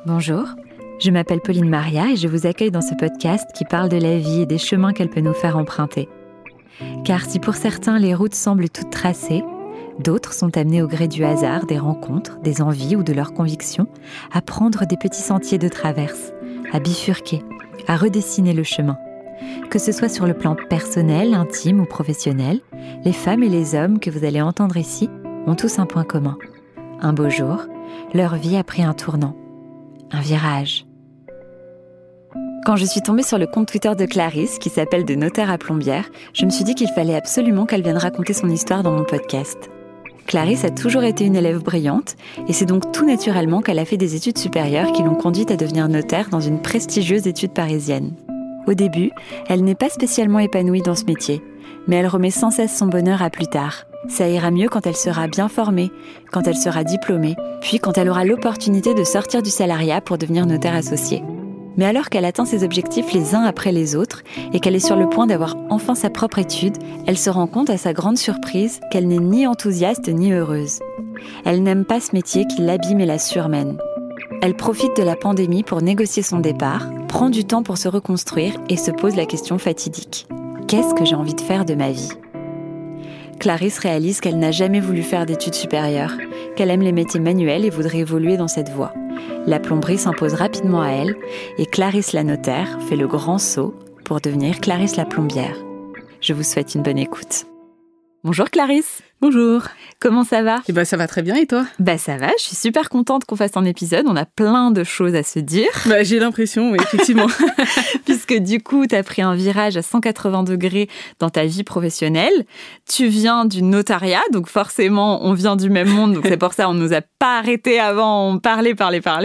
Bonjour, je m'appelle Pauline Maria et je vous accueille dans ce podcast qui parle de la vie et des chemins qu'elle peut nous faire emprunter. Car si pour certains les routes semblent toutes tracées, d'autres sont amenés au gré du hasard, des rencontres, des envies ou de leurs convictions, à prendre des petits sentiers de traverse, à bifurquer, à redessiner le chemin. Que ce soit sur le plan personnel, intime ou professionnel, les femmes et les hommes que vous allez entendre ici ont tous un point commun. Un beau jour, leur vie a pris un tournant. Un virage. Quand je suis tombée sur le compte Twitter de Clarisse, qui s'appelle De Notaire à Plombières, je me suis dit qu'il fallait absolument qu'elle vienne raconter son histoire dans mon podcast. Clarisse a toujours été une élève brillante, et c'est donc tout naturellement qu'elle a fait des études supérieures qui l'ont conduite à devenir notaire dans une prestigieuse étude parisienne. Au début, elle n'est pas spécialement épanouie dans ce métier, mais elle remet sans cesse son bonheur à plus tard. Ça ira mieux quand elle sera bien formée, quand elle sera diplômée, puis quand elle aura l'opportunité de sortir du salariat pour devenir notaire associé. Mais alors qu'elle atteint ses objectifs les uns après les autres et qu'elle est sur le point d'avoir enfin sa propre étude, elle se rend compte à sa grande surprise qu'elle n'est ni enthousiaste ni heureuse. Elle n'aime pas ce métier qui l'abîme et la surmène. Elle profite de la pandémie pour négocier son départ, prend du temps pour se reconstruire et se pose la question fatidique. Qu'est-ce que j'ai envie de faire de ma vie ? Clarisse réalise qu'elle n'a jamais voulu faire d'études supérieures, qu'elle aime les métiers manuels et voudrait évoluer dans cette voie. La plomberie s'impose rapidement à elle et Clarisse la notaire fait le grand saut pour devenir Clarisse la plombière. Je vous souhaite une bonne écoute. Bonjour Clarisse. Bonjour. Comment ça va ? Ça va très bien et toi ? Ça va, je suis super contente qu'on fasse un épisode, on a plein de choses à se dire. J'ai l'impression, oui, effectivement. Puisque du coup, tu as pris un virage à 180 degrés dans ta vie professionnelle. Tu viens du notariat, donc forcément, on vient du même monde, donc c'est pour ça on nous a pas arrêté avant, on parlait.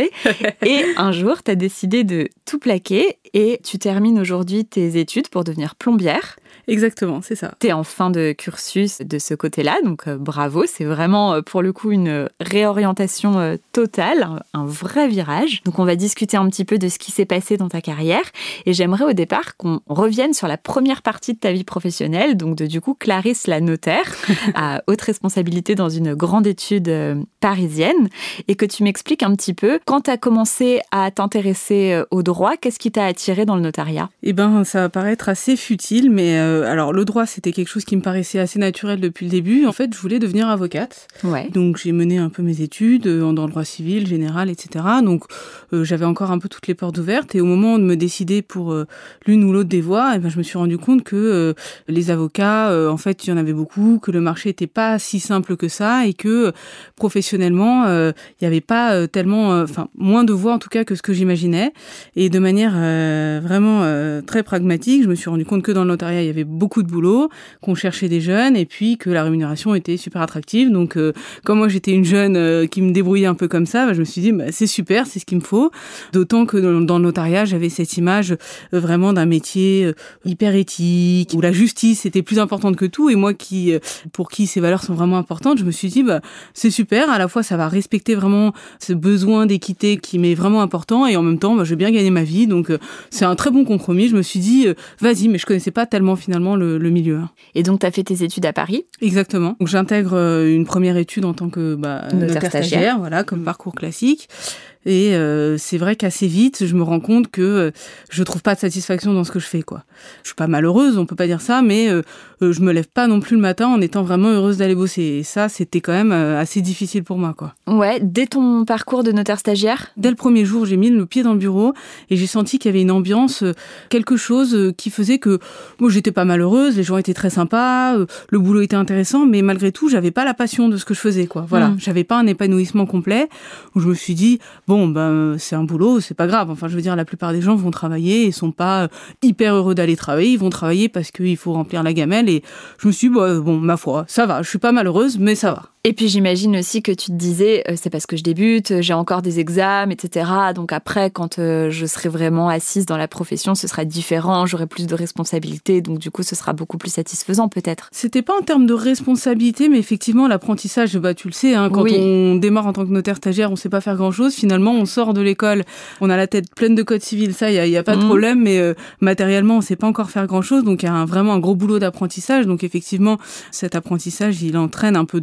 Et un jour, tu as décidé de tout plaquer et tu termines aujourd'hui tes études pour devenir plombière. Exactement, c'est ça. Tu es en fin de cursus de ce côté-là, donc bravo, c'est vraiment pour le coup une réorientation totale, un vrai virage. Donc on va discuter un petit peu de ce qui s'est passé dans ta carrière et j'aimerais au départ qu'on revienne sur la première partie de ta vie professionnelle, donc du coup Clarisse la notaire, à haute responsabilité dans une grande étude parisienne et que tu m'expliques un petit peu, quand tu as commencé à t'intéresser au droit, qu'est-ce qui t'a attiré dans le notariat ? Ça va paraître assez futile, mais alors le droit c'était quelque chose qui me paraissait assez naturel depuis le début. En fait, je voulais devenir avocate. Ouais. Donc j'ai mené un peu mes études dans le droit civil, général, etc. Donc j'avais encore un peu toutes les portes ouvertes et au moment de me décider pour l'une ou l'autre des voies, je me suis rendu compte que les avocats, en fait, il y en avait beaucoup, que le marché était pas si simple que ça et que professionnellement, il y avait pas tellement, moins de voies en tout cas que ce que j'imaginais. Et de manière vraiment très pragmatique, je me suis rendu compte que dans le notariat, il y avait beaucoup de boulot, qu'on cherchait des jeunes et puis que la rémunération était super attractive. Donc, comme moi, j'étais une jeune qui me débrouillait un peu comme ça, je me suis dit, c'est super, c'est ce qu'il me faut. D'autant que dans le notariat, j'avais cette image vraiment d'un métier hyper éthique, où la justice était plus importante que tout. Et moi, pour qui ces valeurs sont vraiment importantes, je me suis dit, c'est super. À la fois, ça va respecter vraiment ce besoin d'équité qui m'est vraiment important. Et en même temps, je vais bien gagner ma vie. Donc, c'est un très bon compromis. Je me suis dit, vas-y, mais je connaissais pas tellement finalement le milieu. Et donc, tu as fait tes études à Paris ? Exactement. Donc, j'intègre une première étude en tant que notaire stagiaire, voilà, comme parcours classique. Et c'est vrai qu'assez vite, je me rends compte que je trouve pas de satisfaction dans ce que je fais, quoi. Je suis pas malheureuse, on peut pas dire ça, mais je me lève pas non plus le matin en étant vraiment heureuse d'aller bosser. Et ça, c'était quand même assez difficile pour moi, quoi. Ouais, dès ton parcours de notaire stagiaire ? Dès le premier jour, j'ai mis le pied dans le bureau et j'ai senti qu'il y avait une ambiance, quelque chose qui faisait que moi, j'étais pas malheureuse, les gens étaient très sympas, le boulot était intéressant, mais malgré tout, j'avais pas la passion de ce que je faisais, quoi. Voilà, j'avais pas un épanouissement complet où je me suis dit c'est un boulot, c'est pas grave. Enfin, je veux dire, la plupart des gens vont travailler et sont pas hyper heureux d'aller travailler. Ils vont travailler parce qu'il faut remplir la gamelle. Et je me suis dit, ma foi, ça va. Je suis pas malheureuse, mais ça va. Et puis j'imagine aussi que tu te disais, c'est parce que je débute, j'ai encore des examens, etc. Donc après, quand je serai vraiment assise dans la profession, ce sera différent, j'aurai plus de responsabilités, donc du coup, ce sera beaucoup plus satisfaisant peut-être. C'était pas en termes de responsabilité, mais effectivement, l'apprentissage, tu le sais, quand on démarre en tant que notaire stagiaire, on sait pas faire grand-chose. Finalement, on sort de l'école, on a la tête pleine de code civil, ça, il y a pas de problème, mais matériellement, on sait pas encore faire grand-chose, donc il y a vraiment un gros boulot d'apprentissage. Donc effectivement, cet apprentissage, il entraîne un peu de stress.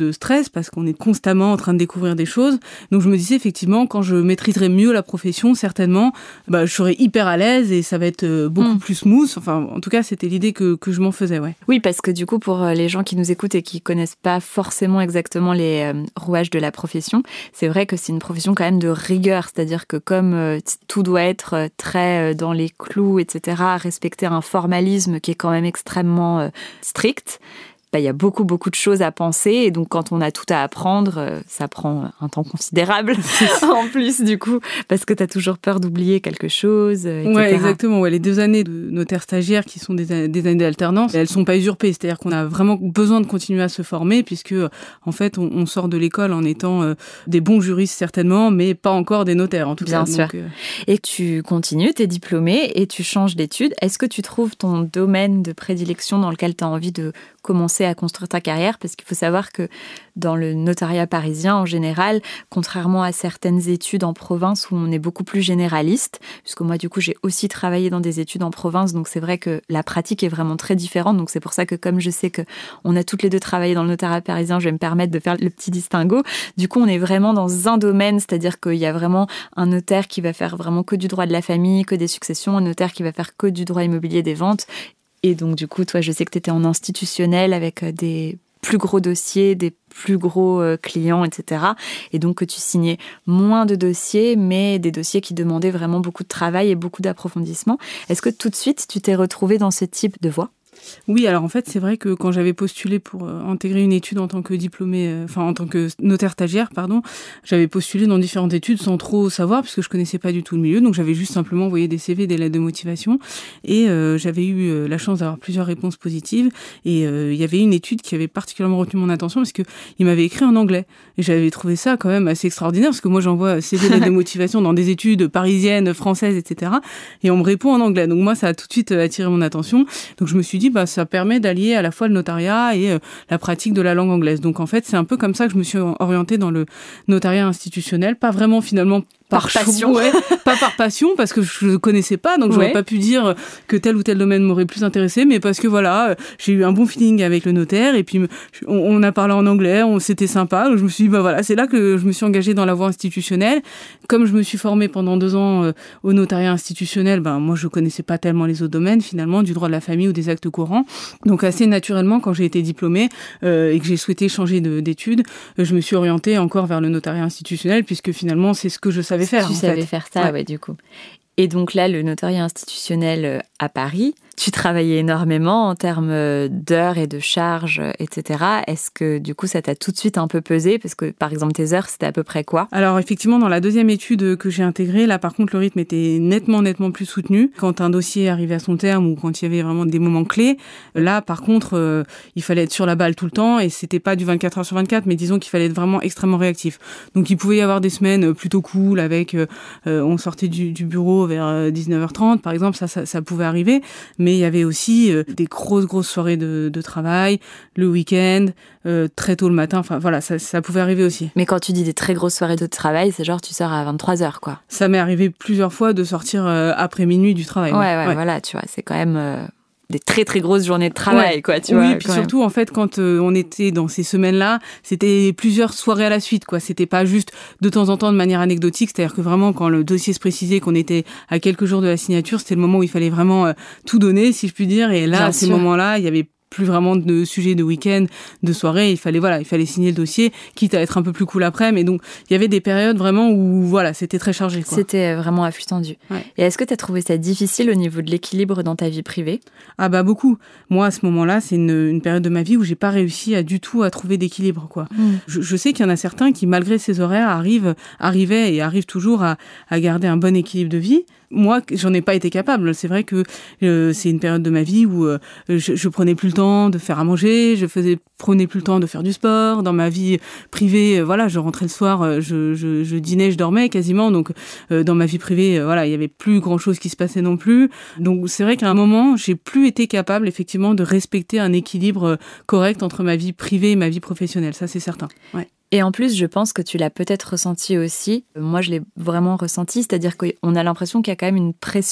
stress parce qu'on est constamment en train de découvrir des choses. Donc je me disais effectivement, quand je maîtriserai mieux la profession, certainement, je serai hyper à l'aise et ça va être beaucoup plus smooth. Enfin, en tout cas, c'était l'idée que je m'en faisais, ouais. Oui, parce que du coup, pour les gens qui nous écoutent et qui connaissent pas forcément exactement les rouages de la profession, c'est vrai que c'est une profession quand même de rigueur. C'est-à-dire que comme tout doit être très dans les clous, etc., respecter un formalisme qui est quand même extrêmement strict, il y a beaucoup de choses à penser et donc quand on a tout à apprendre, ça prend un temps considérable en plus du coup, parce que tu as toujours peur d'oublier quelque chose, etc. Ouais, exactement. Ouais, les 2 années de notaire stagiaire qui sont des années d'alternance, elles sont pas usurpées. C'est-à-dire qu'on a vraiment besoin de continuer à se former puisque en fait on sort de l'école en étant des bons juristes certainement, mais pas encore des notaires en tout cas. Bien sûr. Et tu continues, tu es diplômée et tu changes d'études. Est-ce que tu trouves ton domaine de prédilection dans lequel tu as envie de commencer à construire ta carrière? Parce qu'il faut savoir que dans le notariat parisien, en général, contrairement à certaines études en province où on est beaucoup plus généraliste, puisque moi, du coup, j'ai aussi travaillé dans des études en province, donc c'est vrai que la pratique est vraiment très différente. Donc c'est pour ça que comme je sais qu'on a toutes les deux travaillé dans le notariat parisien, je vais me permettre de faire le petit distinguo. Du coup, on est vraiment dans un domaine, c'est-à-dire qu'il y a vraiment un notaire qui va faire vraiment que du droit de la famille, que des successions, un notaire qui va faire que du droit immobilier des ventes. Et donc, du coup, toi, je sais que tu étais en institutionnel avec des plus gros dossiers, des plus gros clients, etc. Et donc, que tu signais moins de dossiers, mais des dossiers qui demandaient vraiment beaucoup de travail et beaucoup d'approfondissement. Est-ce que tout de suite, tu t'es retrouvée dans ce type de voie ? Oui, alors en fait, c'est vrai que quand j'avais postulé pour intégrer une étude en tant que diplômée, en tant que notaire stagiaire, j'avais postulé dans différentes études sans trop savoir puisque je connaissais pas du tout le milieu, donc j'avais juste simplement envoyé des CV, des lettres de motivation et j'avais eu la chance d'avoir plusieurs réponses positives et il y avait une étude qui avait particulièrement retenu mon attention parce que il m'avait écrit en anglais et j'avais trouvé ça quand même assez extraordinaire parce que moi j'envoie CV, lettres de motivation dans des études parisiennes, françaises, etc. et on me répond en anglais, donc moi ça a tout de suite attiré mon attention, donc je me suis dit ça permet d'allier à la fois le notariat et la pratique de la langue anglaise. Donc en fait, c'est un peu comme ça que je me suis orientée dans le notariat institutionnel, pas vraiment finalement par passion. Ouais, pas par passion, parce que je ne connaissais pas, donc j'aurais pas pu dire que tel ou tel domaine m'aurait plus intéressé, mais parce que voilà, j'ai eu un bon feeling avec le notaire, et puis on a parlé en anglais, c'était sympa, donc je me suis dit, voilà, c'est là que je me suis engagée dans la voie institutionnelle. Comme je me suis formée pendant 2 ans au notariat institutionnel, moi je connaissais pas tellement les autres domaines, finalement, du droit de la famille ou des actes courants. Donc assez naturellement, quand j'ai été diplômée et que j'ai souhaité changer d'études, je me suis orientée encore vers le notariat institutionnel, puisque finalement, c'est ce que je savais faire. Tu savais faire ça, ouais, du coup. Et donc là, le notariat institutionnel à Paris, tu travaillais énormément en termes d'heures et de charges, etc. Est-ce que du coup, ça t'a tout de suite un peu pesé ? Parce que par exemple, tes heures, c'était à peu près quoi ? Alors effectivement, dans la 2e étude que j'ai intégrée, là par contre, le rythme était nettement plus soutenu. Quand un dossier arrivait à son terme ou quand il y avait vraiment des moments clés, là par contre, il fallait être sur la balle tout le temps et c'était pas du 24 heures sur 24, mais disons qu'il fallait être vraiment extrêmement réactif. Donc il pouvait y avoir des semaines plutôt cool avec, on sortait du bureau vers 19h30 par exemple, ça pouvait arriver. Mais il y avait aussi des grosses soirées de travail, le week-end, très tôt le matin. Enfin voilà, ça pouvait arriver aussi. Mais quand tu dis des très grosses soirées de travail, c'est genre tu sors à 23h, quoi. Ça m'est arrivé plusieurs fois de sortir après minuit du travail. Ouais, voilà, tu vois, c'est quand même des très très grosses journées de travail, quoi, tu vois. Oui, puis surtout, en fait, quand on était dans ces semaines-là, c'était plusieurs soirées à la suite, quoi. C'était pas juste de temps en temps de manière anecdotique, c'est-à-dire que vraiment, quand le dossier se précisait qu'on était à quelques jours de la signature, c'était le moment où il fallait vraiment tout donner, si je puis dire. Et là, à ces moments-là, il y avait plus vraiment de sujet de week-end, de soirée. Il fallait signer le dossier, quitte à être un peu plus cool après. Mais donc, il y avait des périodes vraiment où, c'était très chargé, quoi. C'était vraiment à flux tendu. Ouais. Et est-ce que tu as trouvé ça difficile au niveau de l'équilibre dans ta vie privée ? Ah beaucoup. Moi, à ce moment-là, c'est une période de ma vie où j'ai pas réussi du tout à trouver d'équilibre, quoi. Je sais qu'il y en a certains qui, malgré ces horaires, arrivaient et arrivent toujours à garder un bon équilibre de vie. Moi, j'en ai pas été capable. C'est vrai que c'est une période de ma vie où je prenais plus le temps de faire à manger, prenais plus le temps de faire du sport. Dans ma vie privée, je rentrais le soir, je dînais, je dormais quasiment. Donc, dans ma vie privée, il y avait plus grand-chose qui se passait non plus. Donc, c'est vrai qu'à un moment, j'ai plus été capable, effectivement, de respecter un équilibre correct entre ma vie privée et ma vie professionnelle. Ça, c'est certain. Ouais. Et en plus, je pense que tu l'as peut-être ressenti aussi. Moi, je l'ai vraiment ressenti, c'est-à-dire qu'on a l'impression qu'il y a quand même une pression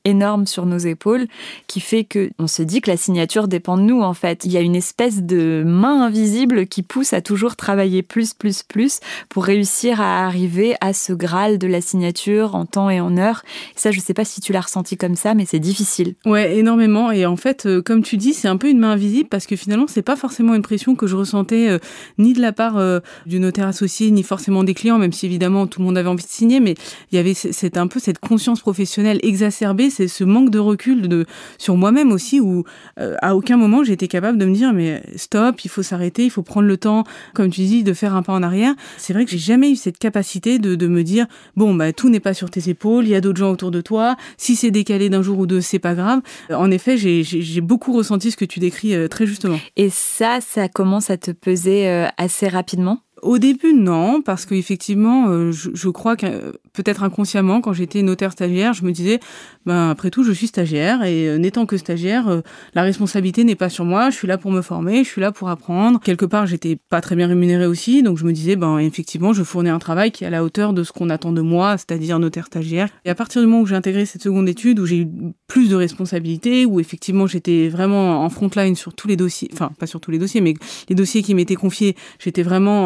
énorme sur nos épaules qui fait qu'on se dit que la signature dépend de nous, en fait. Il y a une espèce de main invisible qui pousse à toujours travailler plus pour réussir à arriver à ce Graal de la signature en temps et en heure. Et ça, je sais pas si tu l'as ressenti comme ça, mais c'est difficile. Ouais, énormément. Et en fait, comme tu dis, c'est un peu une main invisible parce que finalement, c'est pas forcément une pression que je ressentais ni de la part du notaire associé, ni forcément des clients, même si évidemment tout le monde avait envie de signer, mais il y avait un peu cette conscience professionnelle exacerbée, c'est ce manque de recul sur moi-même aussi, où à aucun moment j'ai été capable de me dire mais stop, il faut s'arrêter, il faut prendre le temps, comme tu dis, de faire un pas en arrière. C'est vrai que j'ai jamais eu cette capacité de me dire bon bah tout n'est pas sur tes épaules, il y a d'autres gens autour de toi, si c'est décalé d'un jour ou deux, c'est pas grave. En effet, j'ai beaucoup ressenti ce que tu décris très justement. Et ça commence à te peser assez rapidement? Au début, non, parce qu'effectivement, je crois que peut-être inconsciemment, quand j'étais notaire stagiaire, je me disais, après tout, je suis stagiaire et n'étant que stagiaire, la responsabilité n'est pas sur moi. Je suis là pour me former, je suis là pour apprendre. Quelque part, j'étais pas très bien rémunérée aussi, donc je me disais, effectivement, je fournis un travail qui est à la hauteur de ce qu'on attend de moi, c'est-à-dire notaire stagiaire. Et à partir du moment où j'ai intégré cette seconde étude, où j'ai eu plus de responsabilités, où effectivement j'étais vraiment en front line sur tous les dossiers, enfin pas sur tous les dossiers, mais les dossiers qui m'étaient confiés, j'étais vraiment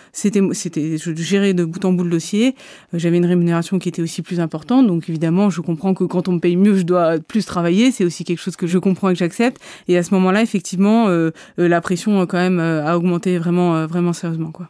je gérais de bout en bout le dossier. J'avais une rémunération qui était aussi plus importante, donc évidemment je comprends que quand on me paye mieux, je dois plus travailler. C'est aussi quelque chose que je comprends et que j'accepte. Et à ce moment-là, effectivement, la pression quand même a augmenté vraiment sérieusement, quoi.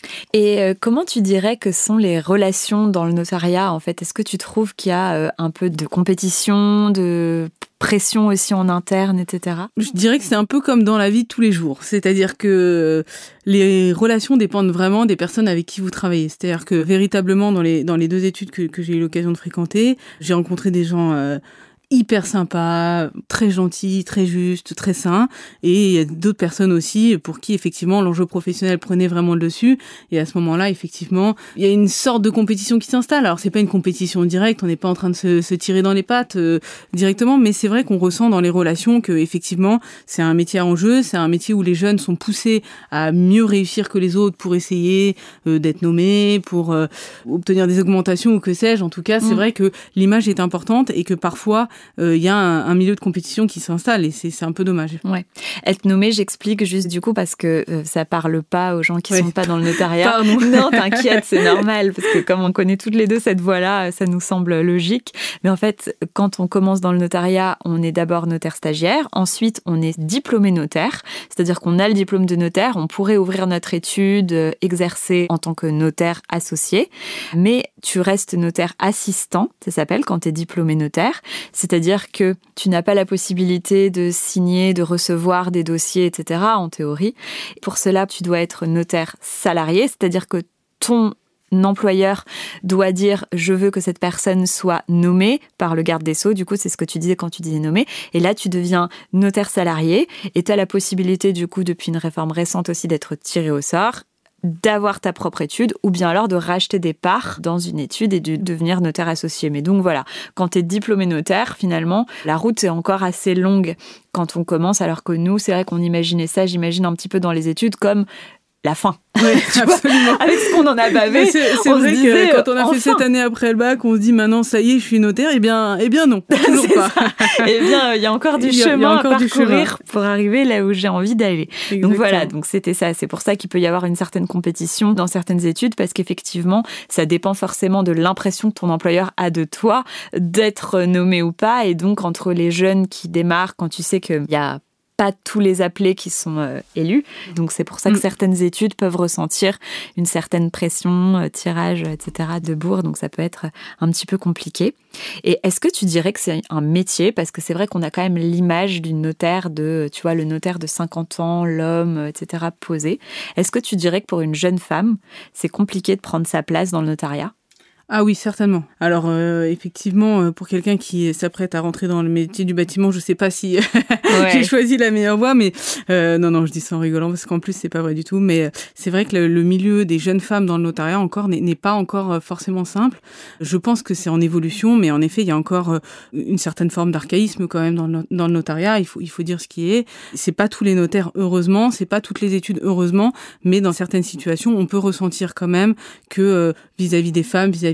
Et comment tu dirais que sont les relations dans le notariat, en fait? Est-ce que tu trouves qu'il y a un peu de compétition, de pression aussi en interne, etc.? Je dirais que c'est un peu comme dans la vie de tous les jours. C'est-à-dire que les relations dépendent vraiment des personnes avec qui vous travaillez. C'est-à-dire que véritablement, dans les 2 études que j'ai eu l'occasion de fréquenter, j'ai rencontré des gens hyper sympa, très gentil, très juste, très sain. Et il y a d'autres personnes aussi pour qui, effectivement, l'enjeu professionnel prenait vraiment le dessus. Et à ce moment-là, effectivement, il y a une sorte de compétition qui s'installe. Alors, c'est pas une compétition directe, on n'est pas en train de se tirer dans les pattes directement, mais c'est vrai qu'on ressent dans les relations que, effectivement, c'est un métier à enjeu, c'est un métier où les jeunes sont poussés à mieux réussir que les autres pour essayer d'être nommés, pour obtenir des augmentations ou que sais-je. En tout cas, c'est vrai que l'image est importante et que parfois, il y a un milieu de compétition qui s'installe et c'est un peu dommage. Ouais. Être nommé, j'explique juste du coup parce que ça parle pas aux gens qui sont pas dans le notariat. Pardon. Non, t'inquiète, c'est normal parce que comme on connaît toutes les deux cette voie-là, ça nous semble logique. Mais en fait, quand on commence dans le notariat, on est d'abord notaire stagiaire, ensuite on est diplômé notaire, c'est-à-dire qu'on a le diplôme de notaire, on pourrait ouvrir notre étude, exercer en tant que notaire associé, mais tu restes notaire assistant, ça s'appelle quand tu es diplômé notaire. C'est-à-dire que tu n'as pas la possibilité de signer, de recevoir des dossiers, etc., en théorie. Pour cela, tu dois être notaire salarié, c'est-à-dire que ton employeur doit dire « je veux que cette personne soit nommée par le garde des Sceaux ». Du coup, c'est ce que tu disais quand tu disais « nommé ». Et là, tu deviens notaire salarié et tu as la possibilité, du coup, depuis une réforme récente aussi, d'être tiré au sort, d'avoir ta propre étude ou bien alors de racheter des parts dans une étude et de devenir notaire associé. Mais donc voilà, quand tu es diplômé notaire, finalement, la route est encore assez longue quand on commence, alors que nous, c'est vrai qu'on imaginait ça, j'imagine un petit peu dans les études, comme la fin. Oui, absolument. Avec ce qu'on en a bavé, c'est vrai que quand on a fait cette année après le bac, on se dit maintenant ça y est, je suis notaire. Eh bien non, toujours pas. Eh bien, il y a encore du chemin à parcourir pour arriver là où j'ai envie d'aller. Exactement. Donc voilà, donc c'était ça. C'est pour ça qu'il peut y avoir une certaine compétition dans certaines études, parce qu'effectivement, ça dépend forcément de l'impression que ton employeur a de toi, d'être nommé ou pas. Et donc, entre les jeunes qui démarrent, quand tu sais qu'il y a pas tous les appelés qui sont élus. Donc, c'est pour ça que certaines études peuvent ressentir une certaine pression, tirage, etc. de bourre. Donc, ça peut être un petit peu compliqué. Et est-ce que tu dirais que c'est un métier? Parce que c'est vrai qu'on a quand même l'image du notaire tu vois, le notaire de 50 ans, l'homme, etc. posé. Est-ce que tu dirais que pour une jeune femme, c'est compliqué de prendre sa place dans le notariat? Ah oui, certainement. Alors, effectivement, pour quelqu'un qui s'apprête à rentrer dans le métier du bâtiment, je sais pas si j'ai choisi la meilleure voie, mais non, je dis ça en rigolant, parce qu'en plus, c'est pas vrai du tout. Mais c'est vrai que le milieu des jeunes femmes dans le notariat encore n'est pas encore forcément simple. Je pense que c'est en évolution, mais en effet, il y a encore une certaine forme d'archaïsme quand même dans le notariat. Il faut dire ce qui est. C'est pas tous les notaires, heureusement, c'est pas toutes les études, heureusement, mais dans certaines situations, on peut ressentir quand même que vis-à-vis des femmes, vis-à-vis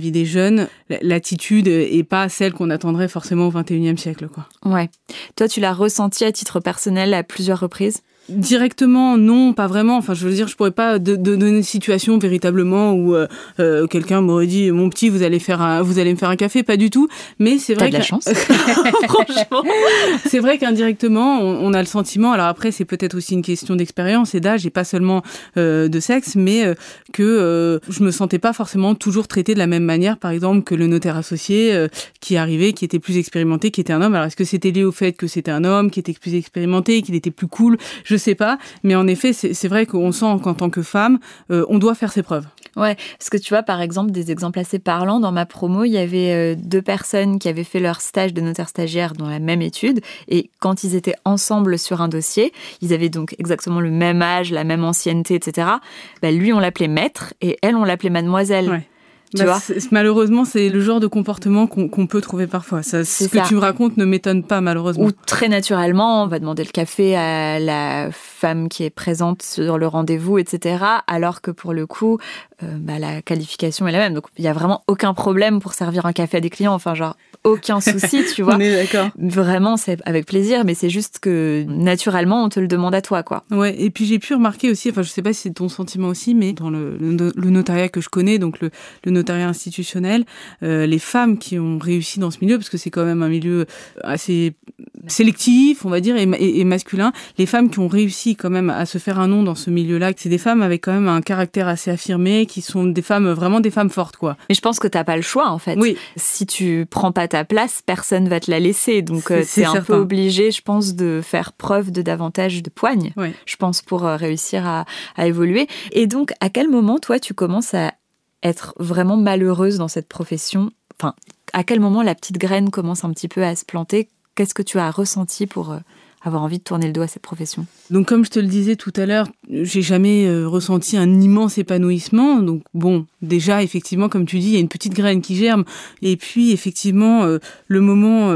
vis-à-vis des jeunes, l'attitude est pas celle qu'on attendrait forcément au XXIe siècle, quoi. Ouais. Toi, tu l'as ressenti à titre personnel à plusieurs reprises ? Directement, non, pas vraiment. Enfin, je veux dire, je pourrais pas donner une situation véritablement où quelqu'un m'aurait dit, mon petit, vous allez me faire un café, pas du tout. Mais c'est vrai T'as de la chance. Franchement, c'est vrai qu'indirectement, on a le sentiment. Alors après, c'est peut-être aussi une question d'expérience et d'âge, et pas seulement de sexe, mais que je me sentais pas forcément toujours traitée de la même manière, par exemple, que le notaire associé qui arrivait, qui était plus expérimenté, qui était un homme. Alors est-ce que c'était lié au fait que c'était un homme, qui était plus expérimenté, qu'il était plus cool? Je sais pas, mais en effet, c'est vrai qu'on sent qu'en tant que femme, on doit faire ses preuves. Ouais, parce que tu vois, par exemple, des exemples assez parlants, dans ma promo, il y avait 2 personnes qui avaient fait leur stage de notaire stagiaire dans la même étude, et quand ils étaient ensemble sur un dossier, ils avaient donc exactement le même âge, la même ancienneté, etc. Lui, on l'appelait maître, et elle, on l'appelait mademoiselle. Ouais. Tu vois, malheureusement, c'est le genre de comportement qu'on peut trouver parfois. Ce que tu me racontes ne m'étonne pas, malheureusement. Ou très naturellement, on va demander le café à la femme qui est présente sur le rendez-vous, etc. Alors que pour le coup, la qualification est la même. Donc, il n'y a vraiment aucun problème pour servir un café à des clients. Enfin, genre, aucun souci, tu vois. On est d'accord. Vraiment, c'est avec plaisir, mais c'est juste que naturellement, on te le demande à toi, quoi. Ouais, et puis j'ai pu remarquer aussi, enfin, je sais pas si c'est ton sentiment aussi, mais dans le notariat que je connais, donc le notariat institutionnel, les femmes qui ont réussi dans ce milieu, parce que c'est quand même un milieu assez sélectif, on va dire, et masculin, les femmes qui ont réussi quand même à se faire un nom dans ce milieu-là, c'est des femmes avec quand même un caractère assez affirmé, qui sont des femmes, vraiment des femmes fortes, quoi. Mais je pense que t'as pas le choix, en fait. Oui. Si tu prends pas ta place, personne va te la laisser. Donc, t'es un peu obligé, je pense, de faire preuve de davantage de poigne, oui. Je pense, pour réussir à évoluer. Et donc, à quel moment, toi, tu commences à être vraiment malheureuse dans cette profession? Enfin, à quel moment la petite graine commence un petit peu à se planter? Qu'est-ce que tu as ressenti pour avoir envie de tourner le dos à cette profession? Donc, comme je te le disais tout à l'heure, j'ai jamais ressenti un immense épanouissement. Donc, bon, déjà, effectivement, comme tu dis, il y a une petite graine qui germe. Et puis, effectivement, le moment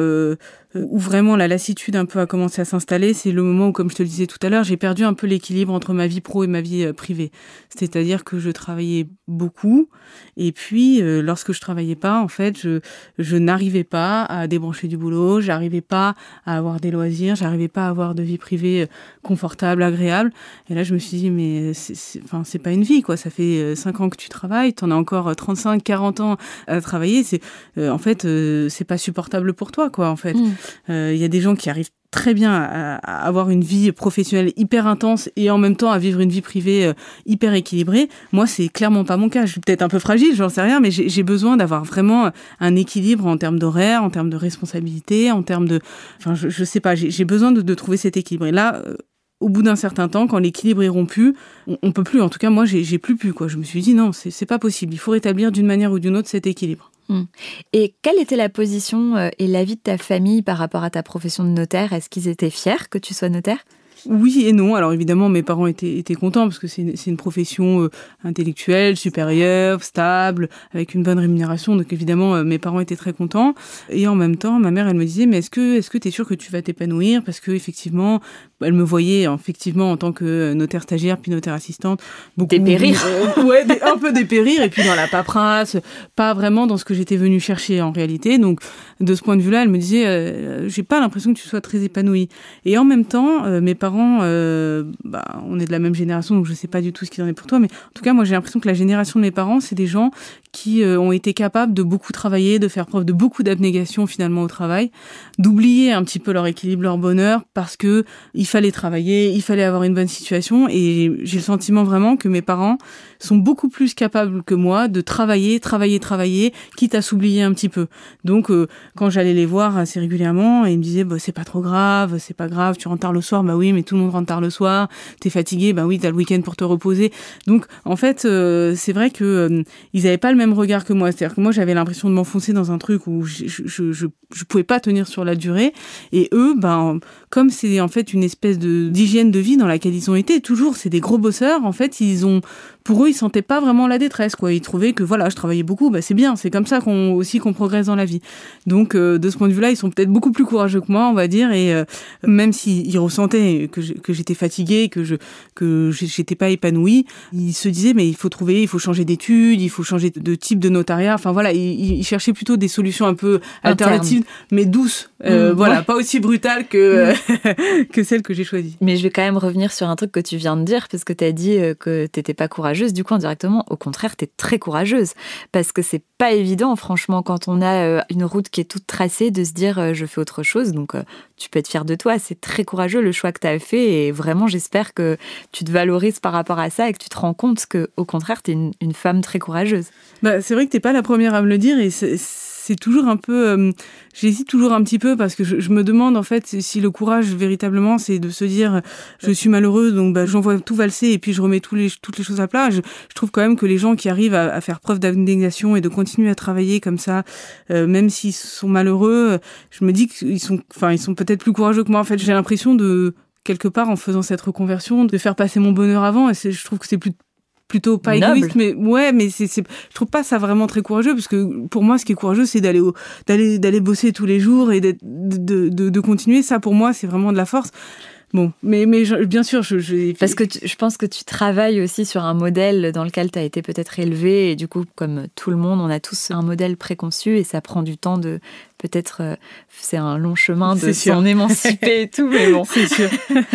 où vraiment la lassitude un peu a commencé à s'installer, c'est le moment où, comme je te le disais tout à l'heure, j'ai perdu un peu l'équilibre entre ma vie pro et ma vie privée. C'est-à-dire que je travaillais beaucoup, et puis lorsque je travaillais pas, en fait, je n'arrivais pas à débrancher du boulot, j'arrivais pas à avoir des loisirs, j'arrivais pas à avoir de vie privée confortable, agréable. Et là, je me suis dit, mais c'est pas une vie, quoi. Ça fait 5 ans que tu travailles, t'en as encore 35, 40 ans à travailler. En fait, c'est pas supportable pour toi, quoi, en fait. Il y a des gens qui arrivent très bien à avoir une vie professionnelle hyper intense et en même temps à vivre une vie privée hyper équilibrée. Moi, c'est clairement pas mon cas. Je suis peut-être un peu fragile, j'en sais rien, mais j'ai besoin d'avoir vraiment un équilibre en termes d'horaire, en termes de responsabilité, en termes de... Enfin, je sais pas, j'ai besoin de trouver cet équilibre. Et là... au bout d'un certain temps, quand l'équilibre est rompu, on peut plus. En tout cas, moi, j'ai plus pu, quoi. Je me suis dit non, c'est pas possible. Il faut rétablir d'une manière ou d'une autre cet équilibre. Et quelle était la position et l'avis de ta famille par rapport à ta profession de notaire? Est-ce qu'ils étaient fiers que tu sois notaire? Oui et non. Alors évidemment, mes parents étaient contents parce que c'est une profession intellectuelle, supérieure, stable, avec une bonne rémunération. Donc évidemment, mes parents étaient très contents. Et en même temps, ma mère, elle me disait, mais est-ce que t'es sûre que tu vas t'épanouir? Parce que effectivement, elle me voyait effectivement en tant que notaire stagiaire puis notaire assistante. Dépérir. Ouais, un peu dépérir. Et puis dans la paperasse, pas vraiment dans ce que j'étais venue chercher en réalité. Donc de ce point de vue-là, elle me disait, j'ai pas l'impression que tu sois très épanouie. Et en même temps, mes parents, on est de la même génération, donc je sais pas du tout ce qu'il en est pour toi, mais en tout cas, moi, j'ai l'impression que la génération de mes parents, c'est des gens qui ont été capables de beaucoup travailler, de faire preuve de beaucoup d'abnégation finalement au travail, d'oublier un petit peu leur équilibre, leur bonheur, parce que il fallait travailler, il fallait avoir une bonne situation, et j'ai le sentiment vraiment que mes parents sont beaucoup plus capables que moi de travailler, quitte à s'oublier un petit peu. Donc, quand j'allais les voir assez régulièrement, ils me disaient, c'est pas trop grave, c'est pas grave, tu rentres tard le soir, bah oui, mais tout le monde rentre tard le soir, t'es fatigué, bah oui, t'as le week-end pour te reposer. Donc, en fait, c'est vrai que ils avaient pas le même regard que moi. C'est-à-dire que moi, j'avais l'impression de m'enfoncer dans un truc où je pouvais pas tenir sur la durée. Et eux, comme c'est en fait une espèce d'hygiène de vie dans laquelle ils ont été, toujours, c'est des gros bosseurs, en fait, ils ont pour eux, ils sentaient pas vraiment la détresse, quoi. Ils trouvaient que voilà, je travaillais beaucoup, c'est bien, c'est comme ça qu'on progresse dans la vie. Donc, de ce point de vue-là, ils sont peut-être beaucoup plus courageux que moi, on va dire, et même s'ils ressentaient que j'étais fatiguée, que j'étais pas épanouie, ils se disaient, mais il faut changer d'études, il faut changer de type de notariat. Enfin voilà, ils cherchaient plutôt des solutions un peu alternatives, mais douces. Voilà, pas aussi brutales que celles que j'ai choisies. Mais je vais quand même revenir sur un truc que tu viens de dire, parce que tu as dit que t'étais pas courageuse. Du coup, indirectement, au contraire, t'es très courageuse. Parce que c'est pas évident, franchement, quand on a une route qui est toute tracée, de se dire je fais autre chose. Donc, tu peux être fière de toi. C'est très courageux le choix que tu as fait. Et vraiment, j'espère que tu te valorises par rapport à ça et que tu te rends compte qu'au contraire, tu es une femme très courageuse. C'est vrai que tu n'es pas la première à me le dire. Et c'est toujours un peu... j'hésite toujours un petit peu parce que je me demande, en fait, si le courage, véritablement, c'est de se dire je suis malheureuse, donc j'envoie tout valser et puis je remets toutes les choses à plat. Je trouve quand même que les gens qui arrivent à faire preuve d'abnégation et de continuer à travailler comme ça, même s'ils sont malheureux, je me dis qu'ils sont peut-être plus courageux que moi. En fait, j'ai l'impression de, quelque part, en faisant cette reconversion, de faire passer mon bonheur avant. Et je trouve que c'est plutôt pas noble. Égoïste, mais ouais, mais je trouve pas ça vraiment très courageux, parce que pour moi, ce qui est courageux, c'est d'aller bosser tous les jours et de continuer. Ça, pour moi, c'est vraiment de la force. Bon, mais bien sûr, parce que je pense que tu travailles aussi sur un modèle dans lequel tu as été peut-être élevé, et du coup, comme tout le monde, on a tous un modèle préconçu, et ça prend du temps de... Peut-être, c'est un long chemin de s'en émanciper et tout, mais bon. C'est sûr.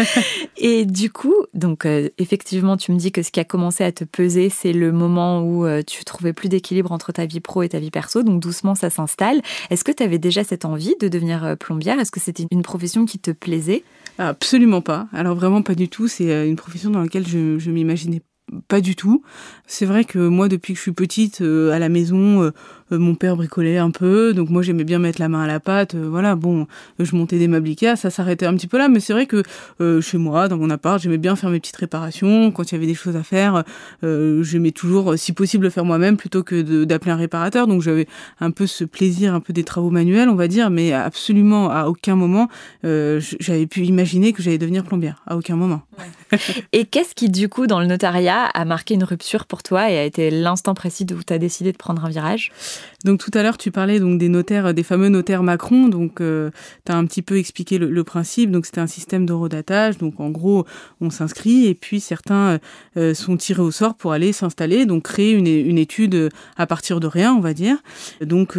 Et du coup, donc, effectivement, tu me dis que ce qui a commencé à te peser, c'est le moment où tu trouvais plus d'équilibre entre ta vie pro et ta vie perso, donc doucement, ça s'installe. Est-ce que tu avais déjà cette envie de devenir plombière ? Est-ce que c'était une profession qui te plaisait ? Absolument pas. Alors vraiment pas du tout. C'est une profession dans laquelle je m'imaginais pas du tout. C'est vrai que moi, depuis que je suis petite, à la maison, mon père bricolait un peu, donc moi j'aimais bien mettre la main à la pâte. Voilà, bon, je montais des meubles Ikea, ça s'arrêtait un petit peu là, mais c'est vrai que chez moi, dans mon appart, j'aimais bien faire mes petites réparations. Quand il y avait des choses à faire, j'aimais toujours, si possible, le faire moi-même plutôt que d'appeler un réparateur. Donc j'avais un peu ce plaisir, un peu des travaux manuels, on va dire, mais absolument à aucun moment j'avais pu imaginer que j'allais devenir plombière, à aucun moment. Ouais. Et qu'est-ce qui, du coup, dans le notariat, a marqué une rupture pour toi et a été l'instant précis où tu as décidé de prendre un virage ? Donc tout à l'heure, tu parlais donc des notaires, des fameux notaires Macron. Donc tu as un petit peu expliqué le principe. Donc c'était un système d'horodatage. Donc en gros, on s'inscrit et puis certains sont tirés au sort pour aller s'installer, donc créer une étude à partir de rien, on va dire. Donc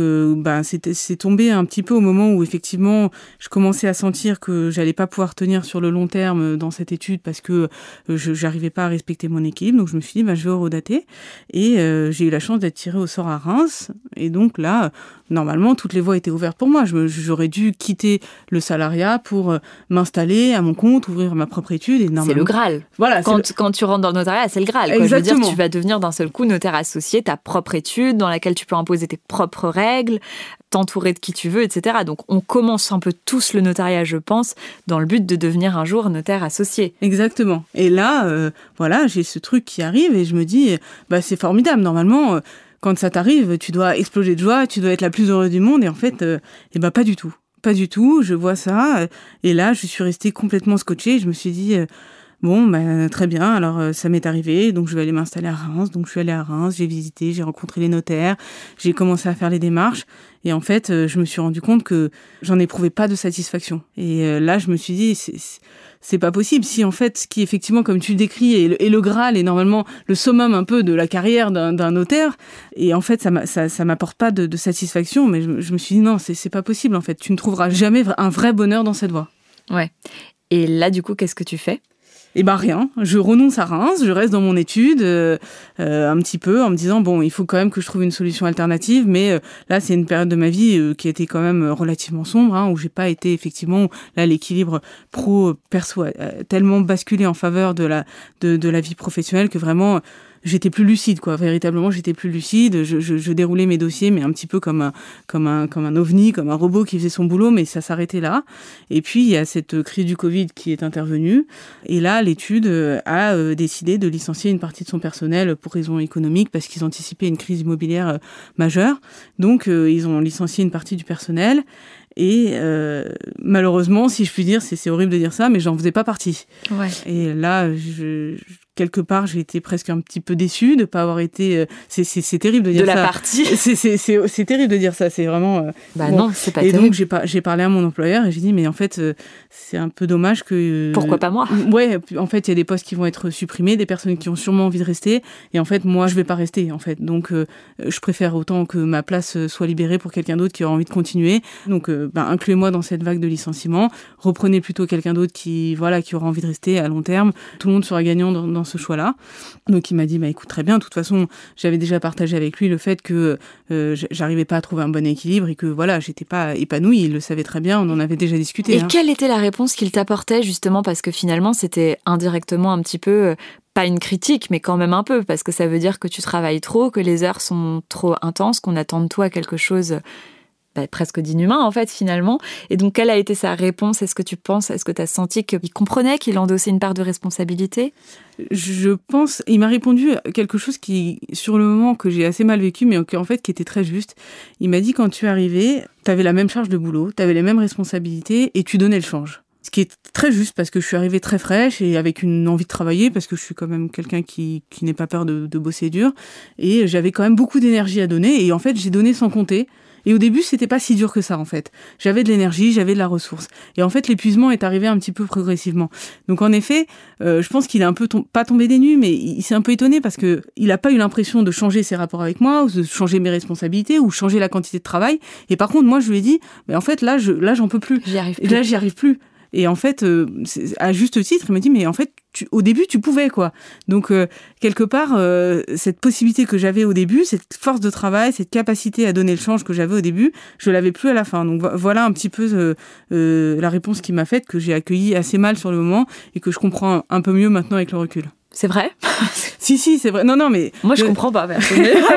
c'est tombé un petit peu au moment où effectivement je commençais à sentir que j'allais pas pouvoir tenir sur le long terme dans cette étude parce que j'arrivais pas à respecter mon équilibre. Donc je me suis dit je vais horodater et j'ai eu la chance d'être tirée au sort à Reims. Et donc là, normalement, toutes les voies étaient ouvertes pour moi. J'aurais dû quitter le salariat pour m'installer à mon compte, ouvrir ma propre étude. Et c'est le Graal. Voilà, quand tu rentres dans le notariat, c'est le Graal. Quoi. Je veux dire, tu vas devenir d'un seul coup notaire associé, ta propre étude dans laquelle tu peux imposer tes propres règles, t'entourer de qui tu veux, etc. Donc, on commence un peu tous le notariat, je pense, dans le but de devenir un jour notaire associé. Exactement. Et là, voilà, j'ai ce truc qui arrive et je me dis, c'est formidable. Normalement, quand ça t'arrive, tu dois exploser de joie, tu dois être la plus heureuse du monde. Et en fait, pas du tout. Pas du tout. Je vois ça. Et là, je suis restée complètement scotchée. Je me suis dit... très bien, alors ça m'est arrivé, donc je vais aller m'installer à Reims. Donc je suis allée à Reims, j'ai visité, j'ai rencontré les notaires, j'ai commencé à faire les démarches. Et en fait, je me suis rendu compte que j'en éprouvais pas de satisfaction. Et là, je me suis dit, c'est pas possible. Si en fait, ce qui effectivement, comme tu le décris, est le Graal, est normalement le summum un peu de la carrière d'un notaire, et en fait, ça m'apporte pas de satisfaction. Mais je me suis dit, non, c'est pas possible en fait. Tu ne trouveras jamais un vrai bonheur dans cette voie. Ouais. Et là, du coup, qu'est-ce que tu fais ? Rien, je renonce à Reims, je reste dans mon étude un petit peu en me disant il faut quand même que je trouve une solution alternative, mais là c'est une période de ma vie qui a été quand même relativement sombre, où j'ai pas été effectivement, là l'équilibre pro-perso a tellement basculé en faveur de la vie professionnelle que vraiment j'étais plus lucide, quoi. Véritablement, j'étais plus lucide. Je déroulais mes dossiers, mais un petit peu comme un ovni, comme un robot qui faisait son boulot, mais ça s'arrêtait là. Et puis, il y a cette crise du Covid qui est intervenue. Et là, l'étude a décidé de licencier une partie de son personnel pour raisons économiques, parce qu'ils anticipaient une crise immobilière majeure. Donc, ils ont licencié une partie du personnel. Et malheureusement, si je puis dire, c'est horrible de dire ça, mais j'en faisais pas partie. Ouais. Et là, quelque part, j'ai été presque un petit peu déçue de pas avoir été. C'est terrible de dire ça. De la partie. C'est terrible de dire ça. C'est vraiment. Non, c'est pas et terrible. Et donc j'ai parlé à mon employeur et j'ai dit mais en fait c'est un peu dommage que. Pourquoi pas moi ? Ouais, en fait il y a des postes qui vont être supprimés, des personnes qui ont sûrement envie de rester et en fait moi je vais pas rester en fait. Donc je préfère autant que ma place soit libérée pour quelqu'un d'autre qui aura envie de continuer. Donc incluez-moi dans cette vague de licenciements. Reprenez plutôt quelqu'un d'autre qui aura envie de rester à long terme. Tout le monde sera gagnant dans ce choix-là. Donc il m'a dit écoute, très bien, de toute façon j'avais déjà partagé avec lui le fait que j'arrivais pas à trouver un bon équilibre et que j'étais pas épanouie, il le savait très bien, on en avait déjà discuté. Et quelle était la réponse qu'il t'apportait justement, parce que finalement c'était indirectement un petit peu pas une critique, mais quand même un peu, parce que ça veut dire que tu travailles trop, que les heures sont trop intenses, qu'on attend de toi quelque chose presque d'inhumain en fait finalement. Et donc quelle a été sa réponse ? Est-ce que tu as senti qu'il comprenait, qu'il endossait une part de responsabilité ? Je pense, il m'a répondu quelque chose qui, sur le moment, que j'ai assez mal vécu, mais en fait qui était très juste. Il m'a dit quand tu es arrivé, tu avais la même charge de boulot, tu avais les mêmes responsabilités et tu donnais le change. Ce qui est très juste parce que je suis arrivée très fraîche et avec une envie de travailler parce que je suis quand même quelqu'un qui n'ait pas peur de bosser dur et j'avais quand même beaucoup d'énergie à donner et en fait j'ai donné sans compter. Et au début, c'était pas si dur que ça, en fait. J'avais de l'énergie, j'avais de la ressource. Et en fait, l'épuisement est arrivé un petit peu progressivement. Donc, en effet, je pense qu'il a un peu pas tombé des nues, mais il s'est un peu étonné parce que il a pas eu l'impression de changer ses rapports avec moi, ou de changer mes responsabilités, ou changer la quantité de travail. Et par contre, moi, je lui ai dit, mais en fait, là, j'en peux plus. J'y arrive plus. Là, j'y arrive plus. Et en fait, à juste titre, il m'a dit, mais en fait, au début, tu pouvais, quoi. Donc, quelque part, cette possibilité que j'avais au début, cette force de travail, cette capacité à donner le change que j'avais au début, je l'avais plus à la fin. Donc, voilà un petit peu la réponse qu'il m'a faite, que j'ai accueillie assez mal sur le moment et que je comprends un peu mieux maintenant avec le recul. C'est vrai ? Si, c'est vrai. Non, mais... Moi, je comprends pas, personnellement.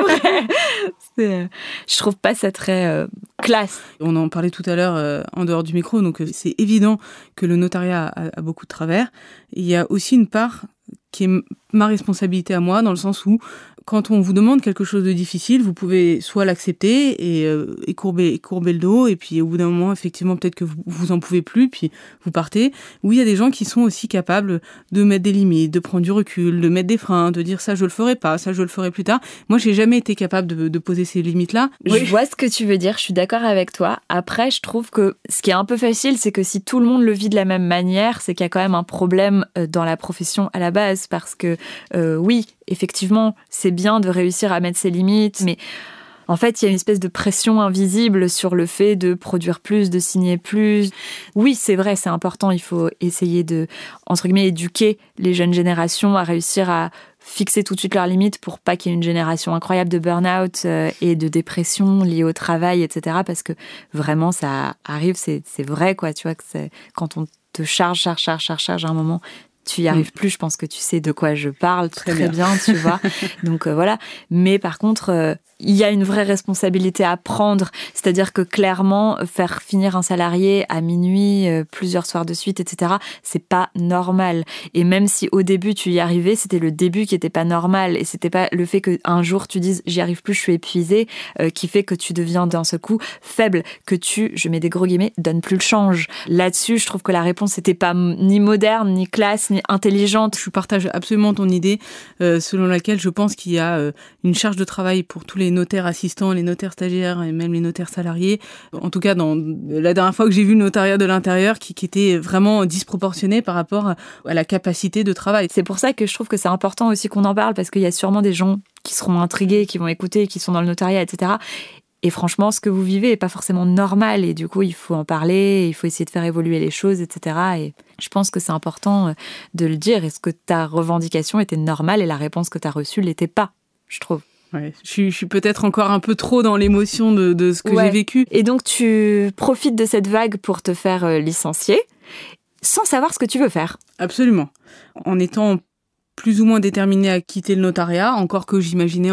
Je trouve pas ça très classe. On en parlait tout à l'heure en dehors du micro, donc c'est évident que le notariat a beaucoup de travers. Il y a aussi une part qui est ma responsabilité à moi, dans le sens où quand on vous demande quelque chose de difficile, vous pouvez soit l'accepter et courber le dos, et puis au bout d'un moment, effectivement, peut-être que vous en pouvez plus, puis vous partez. Ou il y a des gens qui sont aussi capables de mettre des limites, de prendre du recul, de mettre des freins, de dire ça je le ferai pas, ça je le ferai plus tard. Moi, j'ai jamais été capable de poser ces limites-là. Je vois ce que tu veux dire, je suis d'accord avec toi. Après, je trouve que ce qui est un peu facile, c'est que si tout le monde le vit de la même manière, c'est qu'il y a quand même un problème dans la profession à la base, parce que oui, effectivement, c'est bien de réussir à mettre ses limites, mais en fait, il y a une espèce de pression invisible sur le fait de produire plus, de signer plus. Oui, c'est vrai, c'est important, il faut essayer de, entre guillemets, éduquer les jeunes générations à réussir à fixer tout de suite leurs limites pour pas qu'il y ait une génération incroyable de burn-out et de dépression liée au travail, etc. Parce que vraiment, ça arrive, c'est vrai, quoi, tu vois, que quand on te charge à un moment, tu y arrives plus, je pense que tu sais de quoi je parle très bien, tu vois. Donc voilà. Mais par contre, il y a une vraie responsabilité à prendre. C'est-à-dire que clairement, faire finir un salarié à minuit, plusieurs soirs de suite, etc., c'est pas normal. Et même si au début tu y arrivais, c'était le début qui était pas normal. Et c'était pas le fait qu'un jour tu dises j'y arrive plus, je suis épuisée, qui fait que tu deviens d'un seul coup faible, que tu, je mets des gros guillemets, donnes plus le change. Là-dessus, je trouve que la réponse n'était pas ni moderne, ni classe, ni intelligente. Je partage absolument ton idée, selon laquelle je pense qu'il y a une charge de travail pour tous les notaires assistants, les notaires stagiaires et même les notaires salariés. En tout cas, dans la dernière fois que j'ai vu le notariat de l'intérieur, qui était vraiment disproportionné par rapport à la capacité de travail. C'est pour ça que je trouve que c'est important aussi qu'on en parle, parce qu'il y a sûrement des gens qui seront intrigués, qui vont écouter, qui sont dans le notariat, etc. Et franchement, ce que vous vivez n'est pas forcément normal. Et du coup, il faut en parler, il faut essayer de faire évoluer les choses, etc. Et je pense que c'est important de le dire. Est-ce que ta revendication était normale et la réponse que tu as reçue l'était pas, je trouve. Ouais, je suis peut-être encore un peu trop dans l'émotion de ce que j'ai vécu. Et donc, tu profites de cette vague pour te faire licencier sans savoir ce que tu veux faire. Absolument. En étant plus ou moins déterminée à quitter le notariat, encore que j'imaginais encore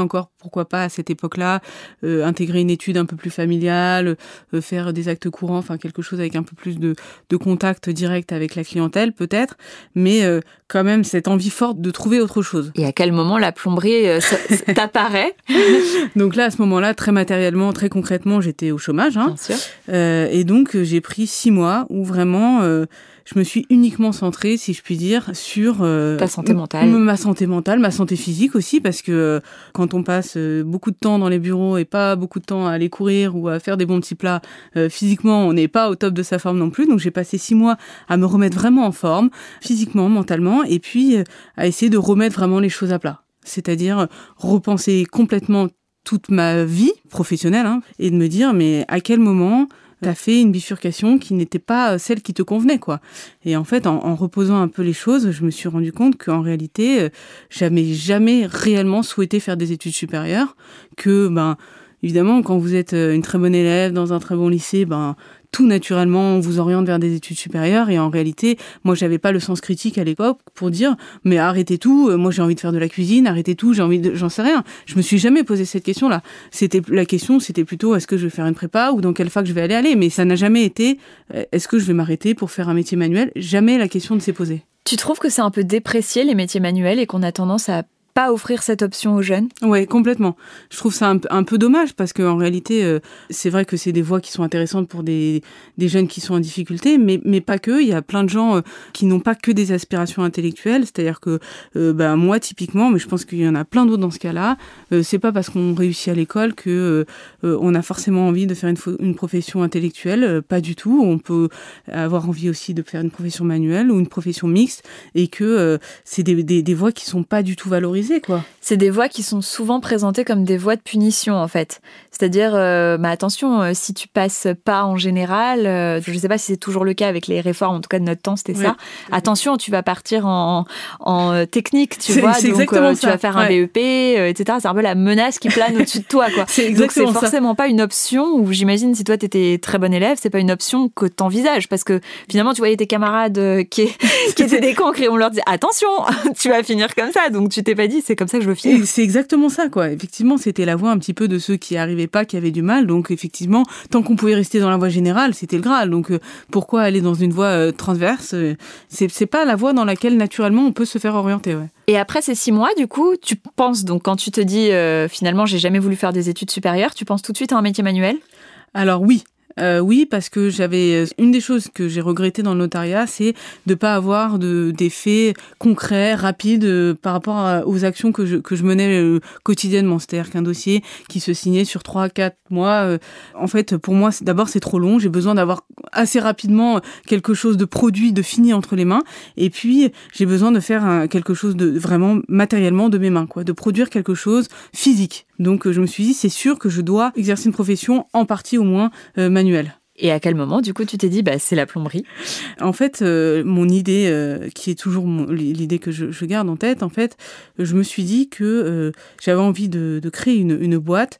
pourquoi pas à cette époque-là intégrer une étude un peu plus familiale, faire des actes courants, enfin quelque chose avec un peu plus de contact direct avec la clientèle peut-être, mais quand même cette envie forte de trouver autre chose. Et à quel moment la plomberie t'apparaît? Donc là, à ce moment-là, très matériellement, très concrètement, j'étais au chômage. Bien sûr. Et donc, j'ai pris 6 mois où vraiment, je me suis uniquement centrée, si je puis dire, sur ta santé mentale. Ma santé mentale, ma santé physique aussi, parce que quand on passe beaucoup de temps dans les bureaux et pas beaucoup de temps à aller courir ou à faire des bons petits plats, physiquement, on n'est pas au top de sa forme non plus. Donc, j'ai passé 6 mois à me remettre vraiment en forme, physiquement, mentalement, et puis à essayer de remettre vraiment les choses à plat. C'est-à-dire repenser complètement toute ma vie professionnelle et de me dire mais à quel moment t'as fait une bifurcation qui n'était pas celle qui te convenait quoi. Et en fait en reposant un peu les choses, je me suis rendu compte qu'en réalité j'avais jamais réellement souhaité faire des études supérieures, que évidemment quand vous êtes une très bonne élève dans un très bon lycée, tout naturellement, on vous oriente vers des études supérieures. Et en réalité, moi, j'avais pas le sens critique à l'époque pour dire, mais arrêtez tout, moi j'ai envie de faire de la cuisine, arrêtez tout, j'en sais rien. Je me suis jamais posé cette question-là. La question, c'était plutôt, est-ce que je vais faire une prépa ou dans quelle fac je vais aller. Mais ça n'a jamais été, est-ce que je vais m'arrêter pour faire un métier manuel? Jamais la question ne s'est posée. Tu trouves que c'est un peu déprécié, les métiers manuels, et qu'on a tendance à pas offrir cette option aux jeunes? Ouais, complètement. Je trouve ça un peu dommage parce qu'en réalité, c'est vrai que c'est des voies qui sont intéressantes pour des jeunes qui sont en difficulté, mais pas que. Il y a plein de gens qui n'ont pas que des aspirations intellectuelles. C'est-à-dire que moi, typiquement, mais je pense qu'il y en a plein d'autres dans ce cas-là, c'est pas parce qu'on réussit à l'école que on a forcément envie de faire une profession intellectuelle. Pas du tout. On peut avoir envie aussi de faire une profession manuelle ou une profession mixte, et que c'est des voies qui sont pas du tout valorisées. Quoi. C'est des voies qui sont souvent présentées comme des voies de punition, en fait. C'est-à-dire, attention, si tu passes pas en général, je ne sais pas si c'est toujours le cas avec les réformes, en tout cas de notre temps, c'était ça. Attention, tu vas partir en technique, tu vois, donc tu vas faire un BEP, etc. C'est un peu la menace qui plane au-dessus de toi, quoi. Donc c'est forcément pas une option où, j'imagine, si toi t'étais très bon élève, c'est pas une option que t'envisages, parce que finalement tu voyais tes camarades qui étaient des cancres et on leur disait attention, tu vas finir comme ça, donc tu t'es pas dit c'est comme ça que je veux finir. C'est exactement ça, quoi. Effectivement, c'était la voie un petit peu de ceux qui arrivaient pas, qui avaient du mal. Donc effectivement, tant qu'on pouvait rester dans la voie générale, c'était le Graal. Donc pourquoi aller dans une voie transverse? C'est pas la voie dans laquelle naturellement on peut se faire orienter. Ouais. Et après ces 6 mois, du coup, tu penses donc quand tu te dis finalement j'ai jamais voulu faire des études supérieures, tu penses tout de suite à un métier manuel? Alors oui. Oui, parce que une des choses que j'ai regrettées dans le notariat, c'est de pas avoir d'effets concrets, rapides par rapport aux actions que je menais quotidiennement. C'est-à-dire qu'un dossier qui se signait sur 3-4 mois, en fait, pour moi, d'abord, c'est trop long. J'ai besoin d'avoir assez rapidement quelque chose de produit, de fini entre les mains. Et puis, j'ai besoin de faire quelque chose de vraiment matériellement de mes mains, quoi, de produire quelque chose physique. Donc, je me suis dit, c'est sûr que je dois exercer une profession, en partie au moins manuelle. Et à quel moment, du coup, tu t'es dit, c'est la plomberie? En fait, mon idée, qui est toujours l'idée que je garde en tête, en fait, je me suis dit que j'avais envie de créer une boîte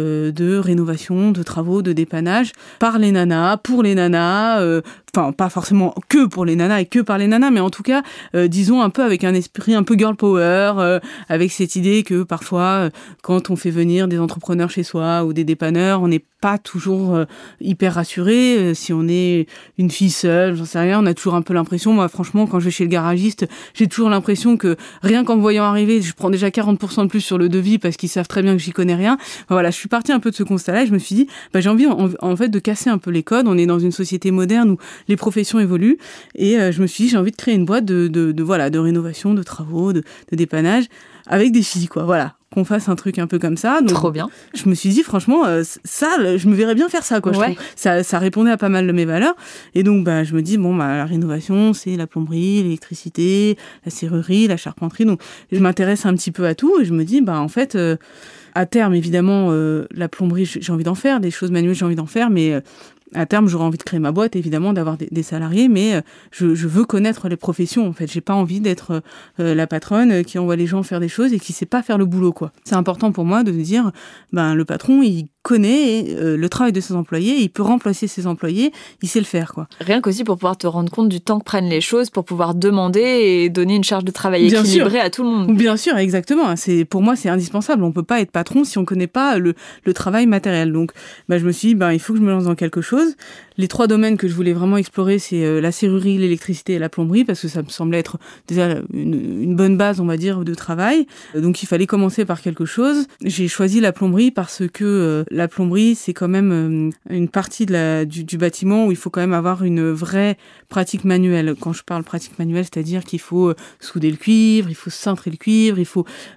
de rénovation, de travaux, de dépannage par les nanas, pour les nanas, enfin pas forcément que pour les nanas et que par les nanas, mais en tout cas, disons un peu avec un esprit un peu girl power, avec cette idée que parfois, quand on fait venir des entrepreneurs chez soi ou des dépanneurs, on n'est pas toujours hyper rassuré. Si on est une fille seule, j'en sais rien, on a toujours un peu l'impression, moi franchement, quand je vais chez le garagiste, j'ai toujours l'impression que rien qu'en me voyant arriver, je prends déjà 40% de plus sur le devis parce qu'ils savent très bien que j'y connais rien. Enfin, voilà, je suis partie un peu de ce constat-là et je me suis dit, j'ai envie en fait de casser un peu les codes. On est dans une société moderne où les professions évoluent et je me suis dit, j'ai envie de créer une boîte de rénovation, de travaux, de dépannage avec des filles, quoi. Voilà. Qu'on fasse un truc un peu comme ça. Donc, trop bien. Je me suis dit, franchement, ça, je me verrais bien faire ça, quoi. Ouais. Je trouve. Ça répondait à pas mal de mes valeurs. Et donc, je me dis, la rénovation, c'est la plomberie, l'électricité, la serrurerie, la charpenterie. Donc, je m'intéresse un petit peu à tout et je me dis, en fait, à terme, évidemment, la plomberie, j'ai envie d'en faire, des choses manuelles, j'ai envie d'en faire, mais à terme, j'aurais envie de créer ma boîte, évidemment, d'avoir des salariés, mais je veux connaître les professions, en fait. J'ai pas envie d'être la patronne qui envoie les gens faire des choses et qui sait pas faire le boulot, quoi. C'est important pour moi de dire, le patron, il connaît le travail de ses employés, il peut remplacer ses employés, il sait le faire, quoi. Rien qu'aussi pour pouvoir te rendre compte du temps que prennent les choses, pour pouvoir demander et donner une charge de travail Bien équilibrée sûr. à tout le monde. Bien sûr, exactement. Pour moi, c'est indispensable. On peut pas être patron si on connaît pas le travail matériel. Donc, je me suis dit, il faut que je me lance dans quelque chose. Les 3 domaines que je voulais vraiment explorer, c'est la serrurerie, l'électricité et la plomberie, parce que ça me semblait être déjà une bonne base, on va dire, de travail. Donc, il fallait commencer par quelque chose. J'ai choisi la plomberie parce que la plomberie, c'est quand même une partie du bâtiment où il faut quand même avoir une vraie pratique manuelle. Quand je parle pratique manuelle, c'est-à-dire qu'il faut souder le cuivre, il faut cintrer le cuivre, il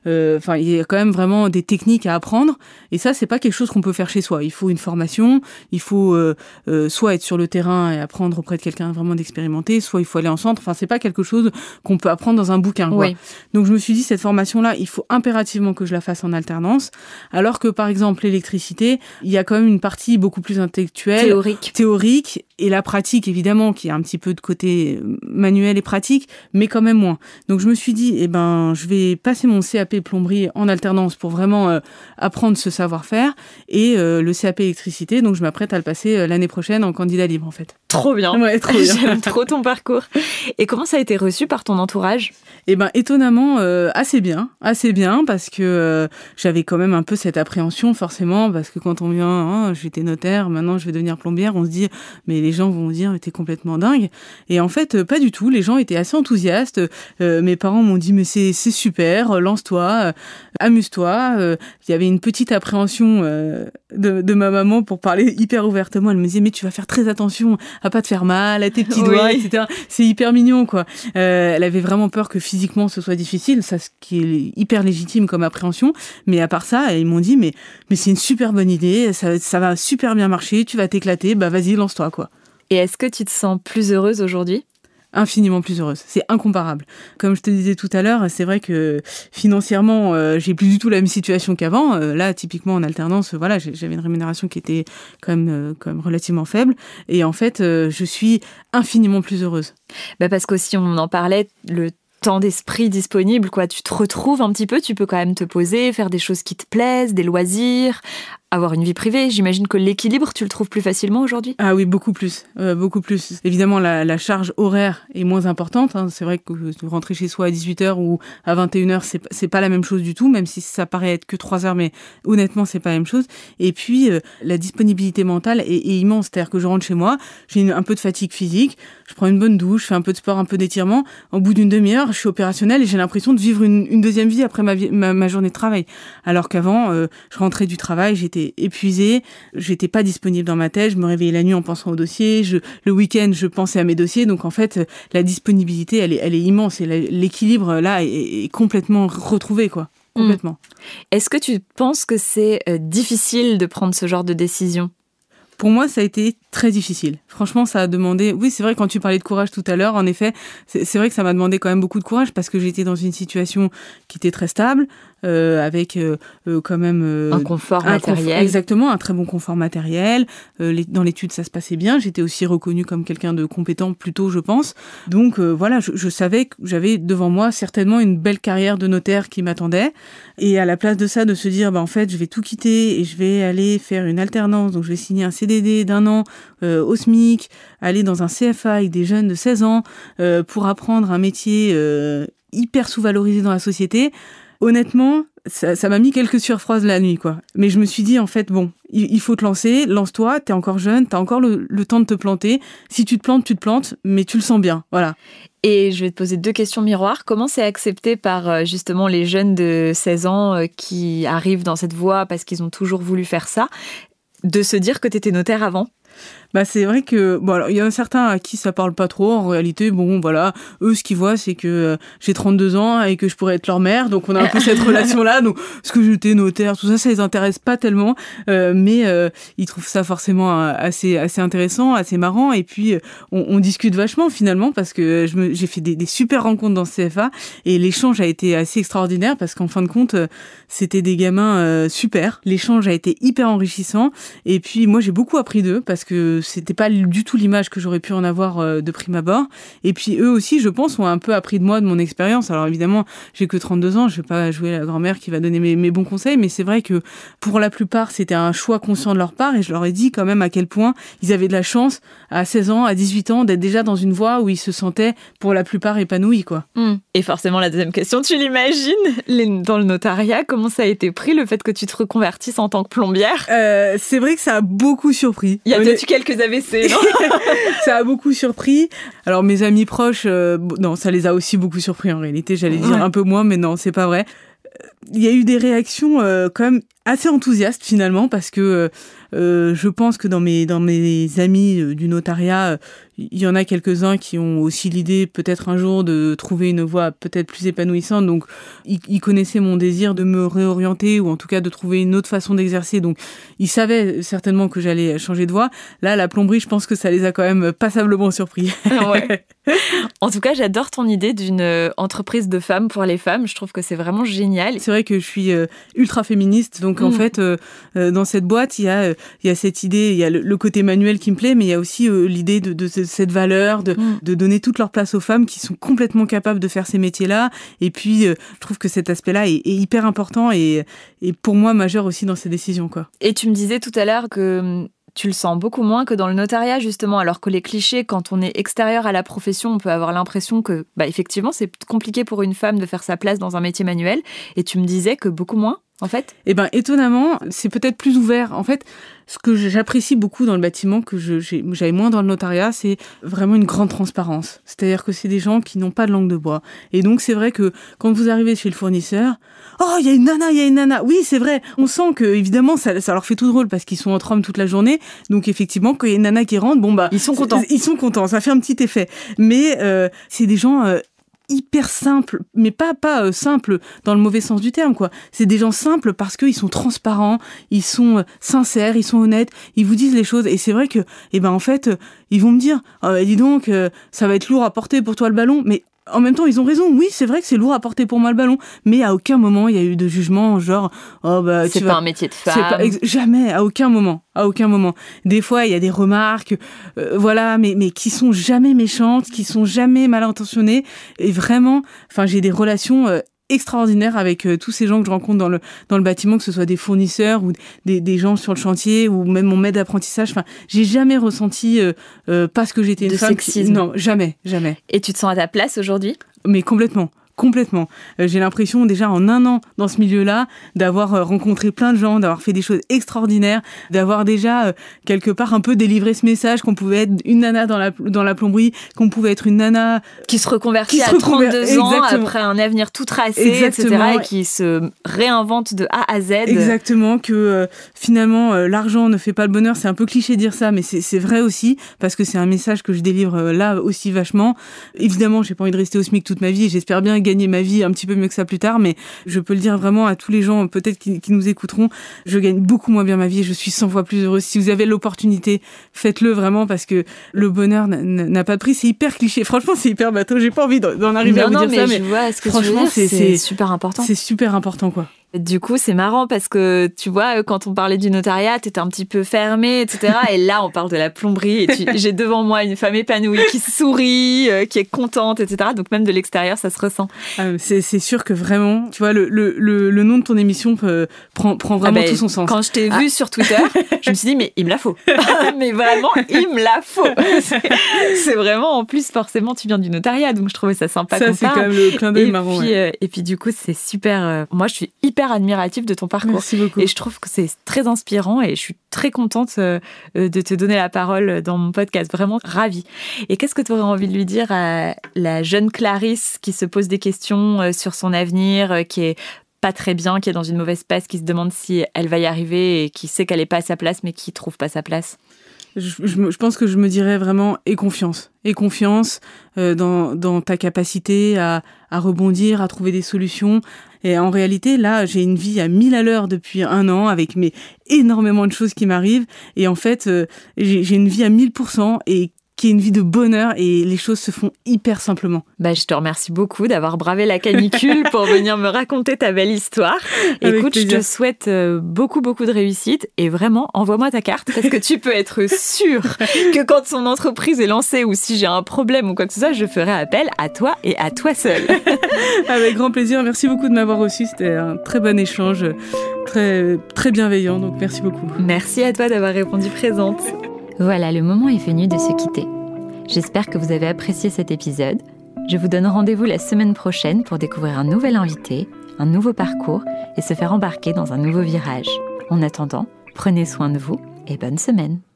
y a quand même vraiment des techniques à apprendre. Et ça, c'est pas quelque chose qu'on peut faire chez soi. Il faut une formation, il faut soit être sur le terrain et apprendre auprès de quelqu'un vraiment d'expérimenté, soit il faut aller en centre. Enfin, c'est pas quelque chose qu'on peut apprendre dans un bouquin, quoi. Oui. Donc, je me suis dit, cette formation-là, il faut impérativement que je la fasse en alternance. Alors que, par exemple, l'électricité, il y a quand même une partie beaucoup plus intellectuelle. Théorique. Et la pratique, évidemment, qui a un petit peu de côté manuel et pratique, mais quand même moins. Donc, je me suis dit, je vais passer mon CAP plomberie en alternance pour vraiment apprendre ce savoir-faire et le CAP électricité. Donc, je m'apprête à le passer l'année prochaine en candidat libre, en fait. Trop bien. Ouais, trop bien. J'aime trop ton parcours. Et comment ça a été reçu par ton entourage ? Étonnamment, assez bien, parce que j'avais quand même un peu cette appréhension, forcément, parce que quand on vient, j'étais notaire, maintenant je vais devenir plombière, on se dit, mais les gens vont dire, mais t'es complètement dingue. Et en fait, pas du tout, les gens étaient assez enthousiastes. Mes parents m'ont dit, mais c'est super, lance-toi, amuse-toi. Il y avait une petite appréhension de ma maman pour parler hyper ouvertement. Elle me disait, mais tu vas faire très attention à pas te faire mal, à tes petits doigts, etc. C'est hyper mignon, quoi. Elle avait vraiment peur que physiquement ce soit difficile, ça, ce qui est hyper légitime comme appréhension. Mais à part ça, ils m'ont dit, mais c'est une super bonne idée, ça va super bien marcher, tu vas t'éclater, vas-y, lance-toi, quoi. Et est-ce que tu te sens plus heureuse aujourd'hui ? Infiniment plus heureuse. C'est incomparable. Comme je te disais tout à l'heure, c'est vrai que financièrement, j'ai plus du tout la même situation qu'avant. Là, typiquement en alternance, j'avais une rémunération qui était quand même relativement faible. Et en fait, je suis infiniment plus heureuse. Parce qu'aussi, on en parlait, le temps d'esprit disponible, quoi. Tu te retrouves un petit peu, tu peux quand même te poser, faire des choses qui te plaisent, des loisirs, avoir une vie privée. J'imagine que l'équilibre, tu le trouves plus facilement aujourd'hui ? Ah oui, beaucoup plus. Évidemment, la charge horaire est moins importante. C'est vrai que rentrer chez soi à 18h ou à 21h, c'est pas la même chose du tout, même si ça paraît être que 3 heures, mais honnêtement, c'est pas la même chose. Et puis, la disponibilité mentale est immense. C'est-à-dire que je rentre chez moi, j'ai un peu de fatigue physique, je prends une bonne douche, je fais un peu de sport, un peu d'étirement. Au bout d'une demi-heure, je suis opérationnelle et j'ai l'impression de vivre une deuxième vie après ma journée de travail. Alors qu'avant, je rentrais du travail, j'étais épuisée, j'étais pas disponible dans ma tête, je me réveillais la nuit en pensant aux dossiers, le week-end, je pensais à mes dossiers. Donc en fait, la disponibilité, elle est immense et l'équilibre là est complètement retrouvé, quoi. Complètement. Est-ce que tu penses que c'est difficile de prendre ce genre de décision ? Pour moi, ça a été très difficile. Franchement, ça a demandé... Oui, c'est vrai, quand tu parlais de courage tout à l'heure, en effet, c'est vrai que ça m'a demandé quand même beaucoup de courage parce que j'étais dans une situation qui était très stable, avec quand même... un confort matériel. Exactement, un très bon confort matériel. Dans l'étude, ça se passait bien. J'étais aussi reconnue comme quelqu'un de compétent plus tôt, je pense. Donc je savais que j'avais devant moi certainement une belle carrière de notaire qui m'attendait. Et à la place de ça, de se dire, en fait, je vais tout quitter et je vais aller faire une alternance. Donc je vais signer un CDD d'1 an au SMIC, aller dans un CFA avec des jeunes de 16 ans pour apprendre un métier hyper sous-valorisé dans la société. Honnêtement, ça m'a mis quelques sueurs froides la nuit, quoi. Mais je me suis dit, en fait, il faut te lancer, lance-toi, t'es encore jeune, t'as encore le temps de te planter. Si tu te plantes, mais tu le sens bien, voilà. Et je vais te poser 2 questions miroirs. Comment c'est accepté par justement les jeunes de 16 ans qui arrivent dans cette voie parce qu'ils ont toujours voulu faire ça, de se dire que t'étais notaire avant ? C'est vrai que alors, il y en a certains à qui ça parle pas trop. En réalité, eux, ce qu'ils voient, c'est que j'ai 32 ans et que je pourrais être leur mère. Donc, on a un peu cette relation-là. Donc, ce que j'étais notaire, tout ça, ça les intéresse pas tellement. Mais ils trouvent ça forcément assez intéressant, assez marrant. Et puis, on discute vachement finalement parce que j'ai fait des super rencontres dans ce CFA et l'échange a été assez extraordinaire parce qu'en fin de compte, c'était des gamins super. L'échange a été hyper enrichissant. Et puis moi j'ai beaucoup appris d'eux parce que c'était pas du tout l'image que j'aurais pu en avoir de prime abord. Et puis eux aussi, je pense, ont un peu appris de moi, de mon expérience. Alors évidemment, j'ai que 32 ans, je vais pas jouer la grand-mère qui va donner mes bons conseils, mais c'est vrai que pour la plupart, c'était un choix conscient de leur part, et je leur ai dit quand même à quel point ils avaient de la chance à 16 ans, à 18 ans, d'être déjà dans une voie où ils se sentaient pour la plupart épanouis, quoi. Et forcément, la deuxième question, tu l'imagines, dans le notariat, comment ça a été pris, le fait que tu te reconvertisses en tant que plombière? C'est vrai que ça a beaucoup surpris. Il y a peut-être eu quelques AVC, non? Ça a beaucoup surpris. Alors mes amis proches, non, ça les a aussi beaucoup surpris en réalité, j'allais dire un peu moins, mais non, c'est pas vrai. Il y a eu des réactions quand même assez enthousiastes finalement, parce que je pense que dans mes amis du notariat, il y en a quelques-uns qui ont aussi l'idée peut-être un jour de trouver une voie peut-être plus épanouissante. Donc ils connaissaient mon désir de me réorienter, ou en tout cas de trouver une autre façon d'exercer. Donc ils savaient certainement que j'allais changer de voie. Là, la plomberie, je pense que ça les a quand même passablement surpris. Ouais. En tout cas, j'adore ton idée d'une entreprise de femmes pour les femmes. Je trouve que c'est vraiment génial. C'est vrai que je suis ultra féministe. Donc en fait, dans cette boîte, il y a cette idée, il y a le côté manuel qui me plaît, mais il y a aussi l'idée de cette valeur, de donner toute leur place aux femmes qui sont complètement capables de faire ces métiers-là. Et puis, je trouve que cet aspect-là est hyper important et pour moi majeur aussi dans ces décisions, quoi. Et tu me disais tout à l'heure que tu le sens beaucoup moins que dans le notariat, justement, alors que les clichés, quand on est extérieur à la profession, on peut avoir l'impression que, effectivement, c'est compliqué pour une femme de faire sa place dans un métier manuel. Et tu me disais que beaucoup moins, en fait. Eh ben, étonnamment, c'est peut-être plus ouvert. En fait, ce que j'apprécie beaucoup dans le bâtiment, que j'avais moins dans le notariat, c'est vraiment une grande transparence. C'est-à-dire que c'est des gens qui n'ont pas de langue de bois. Et donc, c'est vrai que quand vous arrivez chez le fournisseur, oh, il y a une nana. Oui, c'est vrai. On sent que, évidemment, ça leur fait tout drôle parce qu'ils sont entre hommes toute la journée. Donc, effectivement, quand il y a une nana qui rentre, ils sont contents. Ils sont contents. Ça fait un petit effet. Mais c'est des gens hyper simples, mais pas simples dans le mauvais sens du terme, quoi. C'est des gens simples parce qu'ils sont transparents, ils sont sincères, ils sont honnêtes, ils vous disent les choses. Et c'est vrai que, en fait, ils vont me dire, dis donc, ça va être lourd à porter pour toi le ballon, mais en même temps, ils ont raison. Oui, c'est vrai que c'est lourd à porter pour moi le ballon, mais à aucun moment il y a eu de jugement, genre c'est pas un métier de femme. Jamais, à aucun moment. Des fois, il y a des remarques, mais qui sont jamais méchantes, qui sont jamais mal intentionnées. Et vraiment, j'ai des relations extraordinaire avec tous ces gens que je rencontre dans le bâtiment, que ce soit des fournisseurs ou des gens sur le chantier ou même mon maître d'apprentissage. J'ai jamais ressenti parce que j'étais une femme. Sexisme. Non, jamais. Et tu te sens à ta place aujourd'hui ? Mais complètement. J'ai l'impression déjà en un an dans ce milieu-là d'avoir rencontré plein de gens, d'avoir fait des choses extraordinaires, d'avoir déjà quelque part un peu délivré ce message qu'on pouvait être une nana dans la plomberie, qu'on pouvait être une nana qui se reconvertit à 32 ans après un avenir tout tracé, etc. et qui se réinvente de A à Z. Exactement, que finalement l'argent ne fait pas le bonheur. C'est un peu cliché de dire ça, mais c'est vrai aussi parce que c'est un message que je délivre là aussi vachement. Évidemment, j'ai pas envie de rester au SMIC toute ma vie et j'espère bien gagner ma vie un petit peu mieux que ça plus tard, mais je peux le dire vraiment à tous les gens peut-être qui nous écouteront, je gagne beaucoup moins bien ma vie et je suis 100 fois plus heureuse. Si vous avez l'opportunité, faites-le vraiment parce que le bonheur n'a pas de prix. C'est hyper cliché, franchement c'est hyper bateau, j'ai pas envie d'en arriver à vous dire ça, mais je vois ce que franchement tu veux dire, c'est super important. C'est super important, quoi. Du coup, c'est marrant parce que, tu vois, quand on parlait du notariat, t'étais un petit peu fermée, etc. Et là, on parle de la plomberie. Et j'ai devant moi une femme épanouie qui sourit, qui est contente, etc. Donc même de l'extérieur, ça se ressent. C'est sûr que vraiment, tu vois, le nom de ton émission prend vraiment tout son sens. Quand je t'ai vue sur Twitter, je me suis dit, mais il me la faut. Mais vraiment, il me la faut. C'est vraiment, en plus, forcément, tu viens du notariat. Donc je trouvais ça sympa qu'on parle. Ça, c'est quand même le clin d'œil marrant. Et puis, du coup, c'est super. Moi, je suis hyper admiratif de ton parcours. Merci beaucoup. Et je trouve que c'est très inspirant et je suis très contente de te donner la parole dans mon podcast. Vraiment ravie. Et qu'est-ce que tu aurais envie de lui dire à la jeune Clarisse qui se pose des questions sur son avenir, qui est pas très bien, qui est dans une mauvaise passe, qui se demande si elle va y arriver et qui sait qu'elle est pas à sa place mais qui trouve pas sa place? Je pense que je me dirais vraiment aie confiance dans ta capacité à rebondir, à trouver des solutions. Et en réalité, là, j'ai une vie à 1000 à l'heure depuis un an avec énormément de choses qui m'arrivent. Et en fait, j'ai une vie à 1000% et qui est une vie de bonheur et les choses se font hyper simplement. Je te remercie beaucoup d'avoir bravé la canicule pour venir me raconter ta belle histoire. Écoute, je te souhaite beaucoup de réussite et vraiment, envoie-moi ta carte parce que tu peux être sûr que quand son entreprise est lancée ou si j'ai un problème ou quoi que ce soit, je ferai appel à toi et à toi seul. Avec grand plaisir. Merci beaucoup de m'avoir reçu. C'était un très bon échange, très, très bienveillant. Donc merci beaucoup. Merci à toi d'avoir répondu présente. Voilà, le moment est venu de se quitter. J'espère que vous avez apprécié cet épisode. Je vous donne rendez-vous la semaine prochaine pour découvrir un nouvel invité, un nouveau parcours et se faire embarquer dans un nouveau virage. En attendant, prenez soin de vous et bonne semaine.